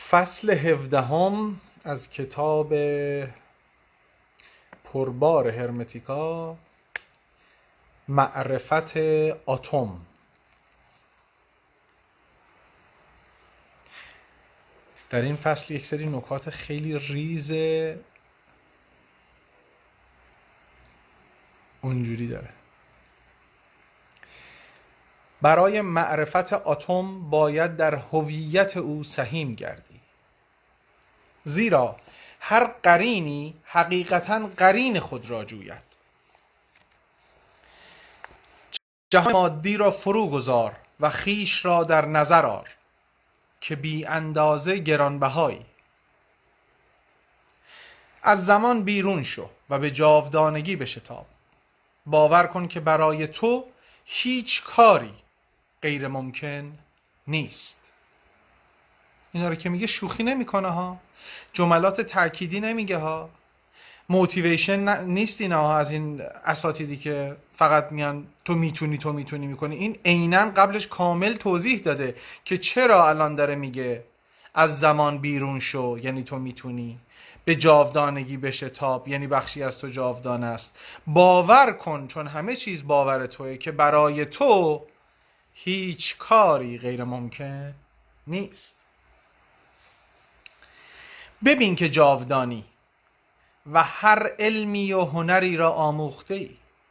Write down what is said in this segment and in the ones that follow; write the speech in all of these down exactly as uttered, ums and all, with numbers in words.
فصل هفدهم از کتاب پربار هرمتیکا، معرفت اتم. در این فصل یک سری نکات خیلی ریز اونجوری داره. برای معرفت اتم باید در هویت او سهیم گردی، زیرا هر قرینی حقیقتاً قرین خود را جوید. جهان مادی را فرو گذار و خیش را در نظر آر که بی اندازه گرانبهایی. از زمان بیرون شو و به جاودانگی بشتاب. باور کن که برای تو هیچ کاری غیر ممکن نیست. اینا رو که میگه شوخی نمیکنه ها، جملات تأکیدی نمیگه ها، موتیویشن نیست اینا ها از این اساتیدی که فقط میان تو میتونی تو میتونی میکنی. این عیناً قبلش کامل توضیح داده که چرا الان داره میگه از زمان بیرون شو یعنی تو میتونی، به جاودانگی بشتاب یعنی بخشی از تو جاودانه است. باور کن چون همه چیز باور توئه که برای تو هیچ کاری غیر ممکن نیست. ببین که جاودانی و هر علمی و هنری را آموخته ای.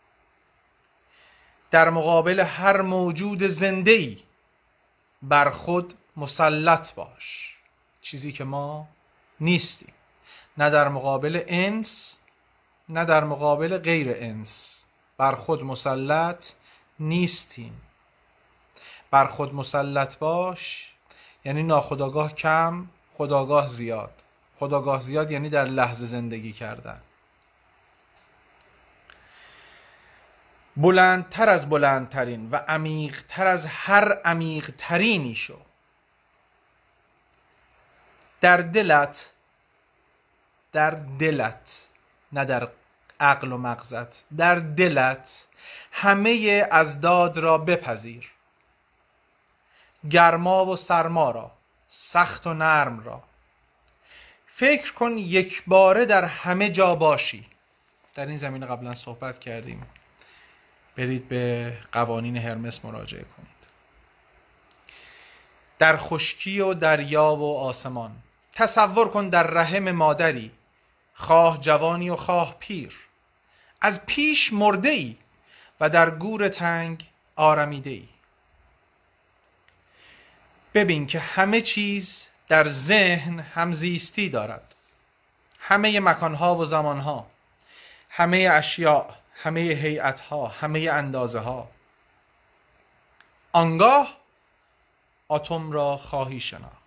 در مقابل هر موجود زنده ای بر خود مسلط باش، چیزی که ما نیستیم، نه در مقابل انس نه در مقابل غیر انس. بر خود مسلط نیستیم. بر خود مسلط باش یعنی ناخودآگاه کم، خودآگاه زیاد. خودآگاه زیاد یعنی در لحظه زندگی کردن. بلندتر از بلندترین و عمیقتر از هر عمیقترینی شو. در دلت در دلت نه در عقل و مغزت، در دلت همه ازداد را بپذیر. گرما و سرما را، سخت و نرم را. فکر کن یک باره در همه جا باشی. در این زمینه قبلا صحبت کردیم، برید به قوانین هرمس مراجعه کنید. در خشکی و دریا و آسمان. تصور کن در رحم مادری، خواه جوانی و خواه پیر، از پیش مرده ای و در گور تنگ آرمیده ای. ببین که همه چیز در ذهن همزیستی دارد. همه مکانها و زمانها، همه اشیاء، همه هیئتها، همه اندازه ها. آنگاه اتم را خواهی شناخت.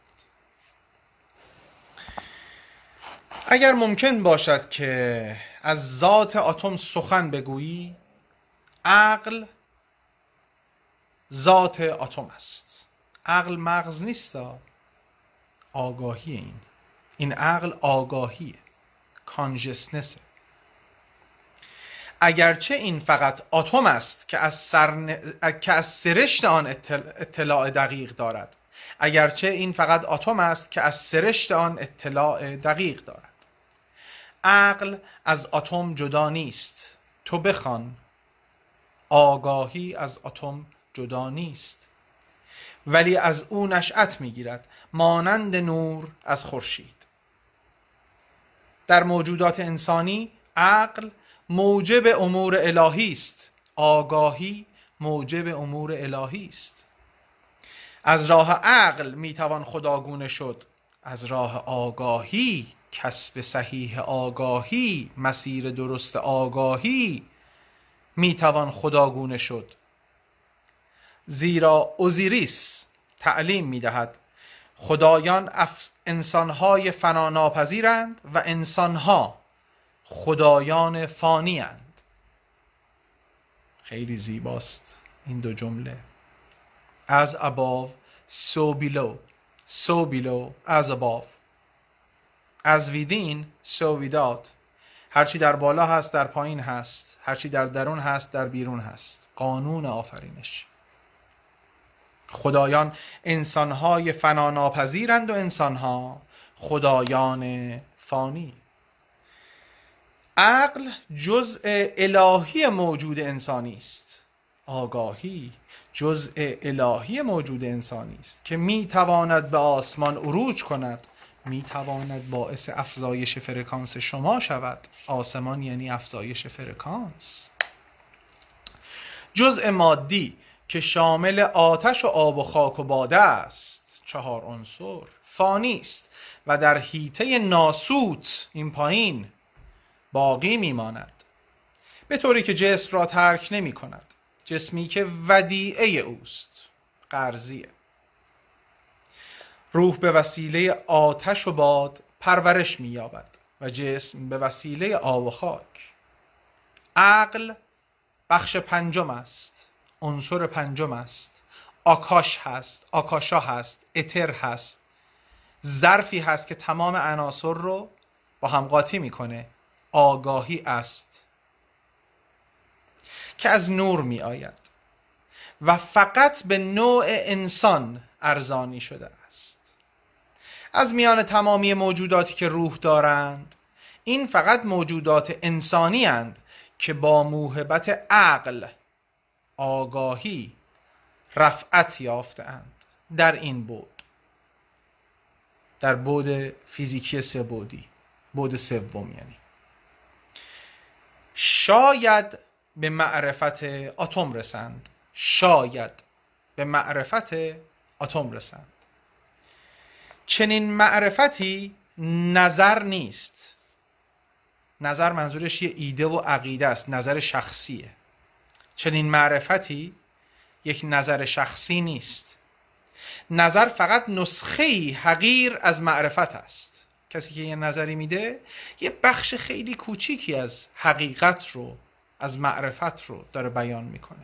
اگر ممکن باشد که از ذات اتم سخن بگویی، عقل ذات اتم است. عقل مغز نیست، آگاهی. این این عقل آگاهیه، کانژسنسه. اگرچه این فقط اتم است که از, سرن... که از سرشت آن اطلاع دقیق دارد. اگرچه این فقط اتم است که از سرشت آن اطلاع دقیق دارد. عقل از اتم جدا نیست. تو بخوان، آگاهی از اتم جدا نیست، ولی از او نشأت میگیرد مانند نور از خورشید. در موجودات انسانی عقل موجب امور الهی است، آگاهی موجب امور الهی است. از راه عقل میتوان خداگونه شد، از راه آگاهی، کسب صحیح آگاهی، مسیر درست آگاهی میتوان خداگونه شد. زیرا اوزیریس تعلیم میدهد خدایان انسانهای فنا ناپذیرند و انسانها خدایان فانی اند. خیلی زیباست این دو جمله. As above, so below. So below, as above. As within, so without. هرچی در بالا هست در پایین هست، هرچی در درون هست در بیرون هست. قانون آفرینش. خدایان انسانهای فناناپذیرند و انسانها خدایان فانی. عقل جزء الهی موجود انسانی است. آگاهی جزء الهی موجود انسانی است که می تواند به آسمان عروج کند، می تواند باعث افزایش فرکانس شما شود. آسمان یعنی افزایش فرکانس. جزء مادی که شامل آتش و آب و خاک و باده است، چهار عنصر، فانی است و در حیطه ناسوت، این پایین، باقی میماند، به طوری که جسم را ترک نمی کند. جسمی که ودیعه اوست، قرضیه. روح به وسیله آتش و باد پرورش می یابد و جسم به وسیله آب و خاک. عقل بخش پنجم است، عنصر پنجم است. آکاش هست، آکاشا هست، اتر هست، ظرفی هست که تمام عناصر رو با هم قاطی میکنه. آگاهی است که از نور می آید و فقط به نوع انسان ارزانی شده است. از میان تمامی موجوداتی که روح دارند، این فقط موجودات انسانی اند که با موهبت عقل، آگاهی، رفعت یافته اند در این بعد، در بعد فیزیکی سه بعدی، بعد سوم. یعنی شاید به معرفت اتم رسند، شاید به معرفت اتم رسند. چنین معرفتی نظر نیست. نظر منظورش یه ایده و عقیده است، نظر شخصیه. چنین معرفتی یک نظر شخصی نیست. نظر فقط نسخه‌ای حقیر از معرفت است. کسی که یه نظری میده یه بخش خیلی کوچیکی از حقیقت رو، از معرفت رو داره بیان میکنه.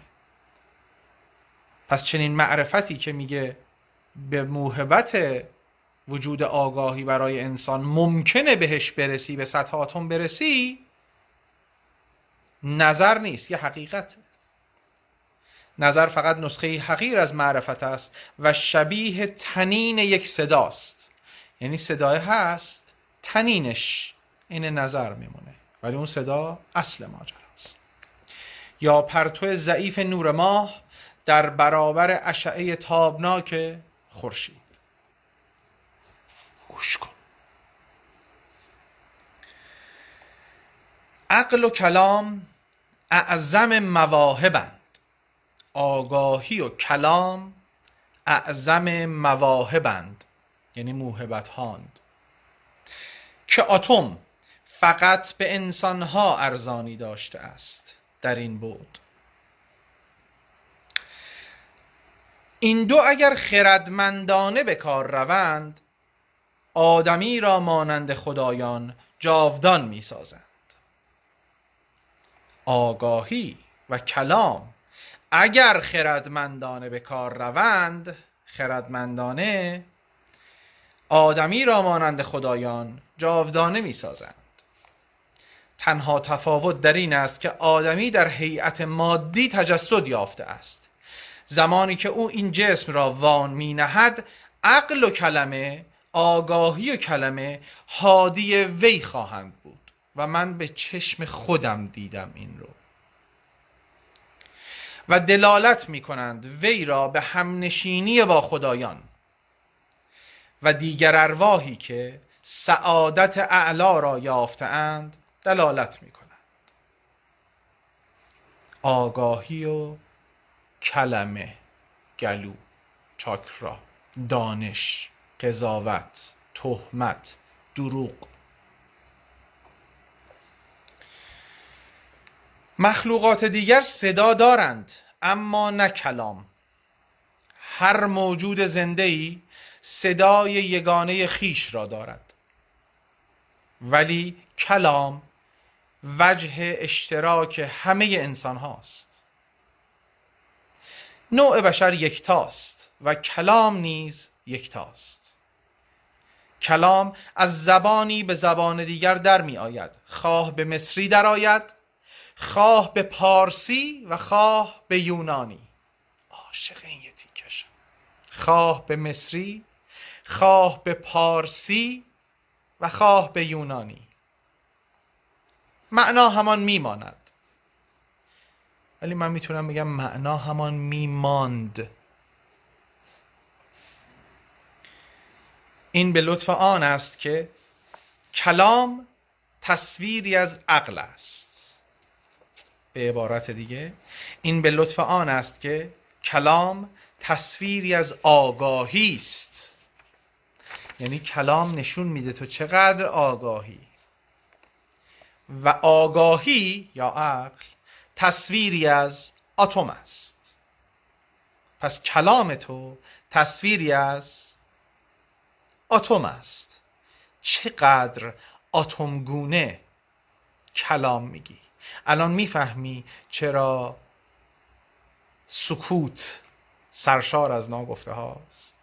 پس چنین معرفتی که میگه به موهبت وجود آگاهی برای انسان ممکنه بهش برسی، به سطح اتم برسی، نظر نیست، یه حقیقته. نظر فقط نسخه حقیر از معرفت است و شبیه تنین یک صداست. یعنی صدای هست، تنینش این نظر میمونه، ولی اون صدا اصل ماجراست. یا پرتو ضعیف نور ماه در برابر اشعه تابناک خورشید. گوش کن. عقل و کلام اعظم مواهبند. آگاهی و کلام اعظم مواهبند، یعنی موهبت هاند، که اتم فقط به انسانها ارزانی داشته است در این بعد. این دو اگر خردمندانه به کار روند، آدمی را مانند خدایان جاودان می سازند. آگاهی و کلام اگر خردمندانه به کار روند، خردمندانه آدمی را مانند خدایان جاودانه می سازند. تنها تفاوت در این است که آدمی در هیئت مادی تجسد یافته است. زمانی که او این جسم را وان می نهد، عقل و کلمه، آگاهی و کلمه هادی وی خواهند بود و من به چشم خودم دیدم این رو، و دلالت می کنند وی را به همنشینی با خدایان و دیگر ارواحی که سعادت اعلا را یافته‌اند دلالت می کنند. آگاهی و کلمه، گلو، چاکرا، دانش، قضاوت، تهمت، دروغ. مخلوقات دیگر صدا دارند اما نه کلام. هر موجود زنده‌ای صدای یگانه خیش را دارد، ولی کلام وجه اشتراک همه انسان هاست. نوع بشر یکتاست و کلام نیز یکتاست. کلام از زبانی به زبان دیگر در می آید، خواه به مصری در آید، خواه به پارسی و خواه به یونانی. عاشق این یه تیکشم. خواه به مصری، خواه به پارسی و خواه به یونانی. معنا همان میماند، ولی من میتونم بگم معنا همان میماند. این به لطف آن است که کلام تصویری از عقل است. به عبارت دیگه، این به لطف آن است که کلام تصویری از آگاهی است. یعنی کلام نشون میده تو چقدر آگاهی، و آگاهی یا عقل تصویری از اتم است. پس کلام تو تصویری از اتم است. چقدر اتمگونه کلام میگی. الان میفهمی چرا سکوت سرشار از ناگفته هاست.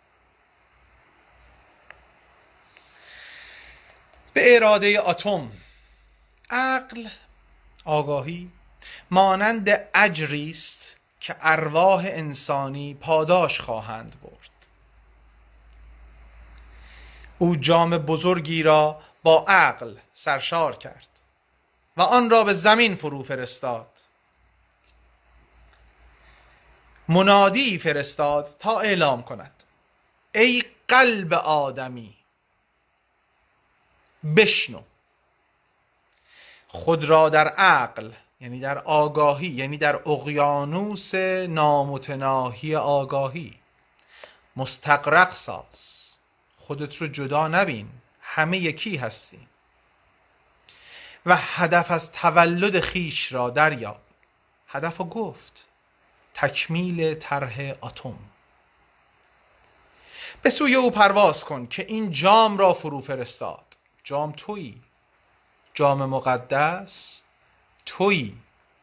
به اراده اتم، عقل، آگاهی مانند اجری است که ارواح انسانی پاداش خواهند برد. او جام بزرگی را با عقل سرشار کرد و آن را به زمین فرو فرستاد. منادی فرستاد تا اعلام کند: ای قلب آدمی، بشنو. خود را در عقل، یعنی در آگاهی، یعنی در اقیانوس نامتناهی آگاهی مستغرق ساز. خودت رو جدا نبین، همه یکی هستیم. و هدف از تولد خیش را دریاب. هدف رو گفت: تکمیل طرح اتم. به سوی او پرواز کن که این جام را فرو فرستاد. جام تویی، جام مقدس تویی.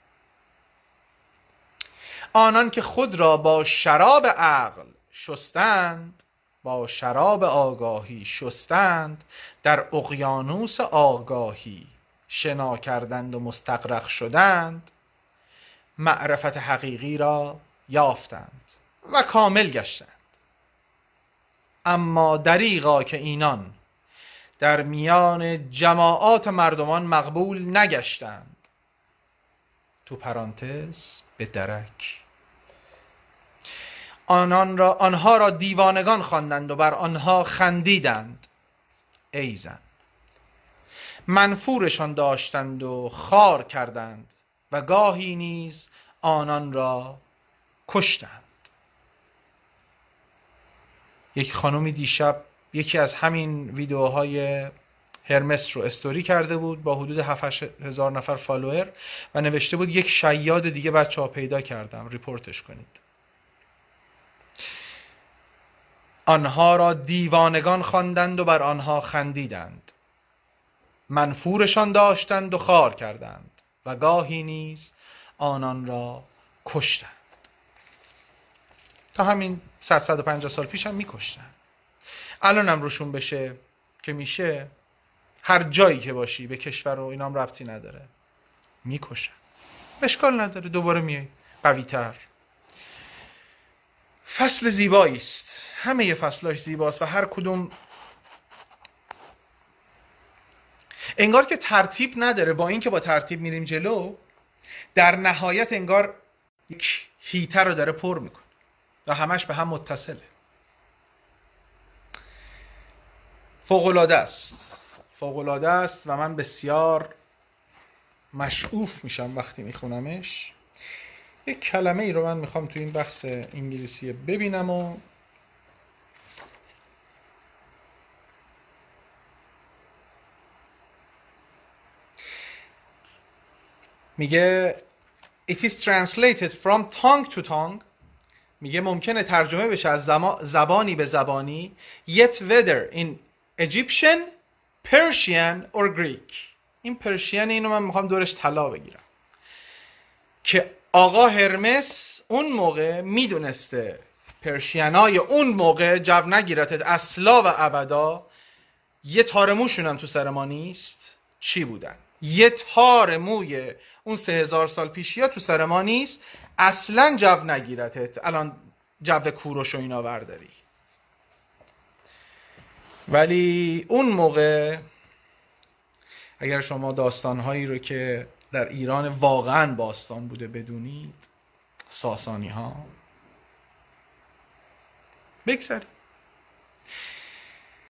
آنان که خود را با شراب عقل شستند، با شراب آگاهی شستند، در اقیانوس آگاهی شنا کردند و مستغرق شدند، معرفت حقیقی را یافتند و کامل گشتند. اما دریغا که اینان در میان جماعات مردمان مقبول نگشتند. تو پرانتز به درک. آنان را آنها را دیوانگان خواندند و بر آنها خندیدند. ای زن، منفورشان داشتند و خوار کردند و گاهی نیز آنان را کشتند. یک خانومی دیشب یکی از همین ویدیوهای هرمس رو استوری کرده بود با حدود هفت هزار نفر فالوور و نوشته بود یک شیاد دیگه بچه ها پیدا کردم، ریپورتش کنید. آنها را دیوانگان خواندند و بر آنها خندیدند. منفورشان داشتند و خوار کردند و گاهی نیز آنان را کشتند. تا همین صد صد و پنجاه سال پیش هم میکشتند. الان هم روشون بشه که میشه، هر جایی که باشی، به کشور و اینام ربطی نداره، میکشن. اشکال نداره، دوباره میای قوی تر. فصل زیبایی است، همه فصلاش زیباست و هر کدوم انگار که ترتیب نداره. با اینکه با ترتیب میریم جلو، در نهایت انگار یک هیتر رو داره پر میکنه و همش به هم متصله. فوق‌العاده است، فوق‌العاده است و من بسیار مشعوف میشم وقتی میخونمش. یک کلمه ای رو من میخوام تو این بخش انگلیسی ببینم و میگه it is translated from tongue to tongue. میگه ممکنه ترجمه بشه از زبانی به زبانی، yet whether in Egyptian, Persian or Greek. این پرشین اینو من میخوام دورش طلا بگیرم که آقا هرمس اون موقع میدونسته پرشینای اون موقع جو نگیرتت اصلا و ابدا. یه تار موشون هم تو سر ما نیست. چی بودن؟ یه تار موی اون سه هزار سال پیشی ها تو سر ما نیست، اصلا جو نگیرتت. الان جو کوروش و اینا برداری. ولی اون موقع اگر شما داستانهایی رو که در ایران واقعا باستان بوده بدونید، ساسانی ها، بگذارید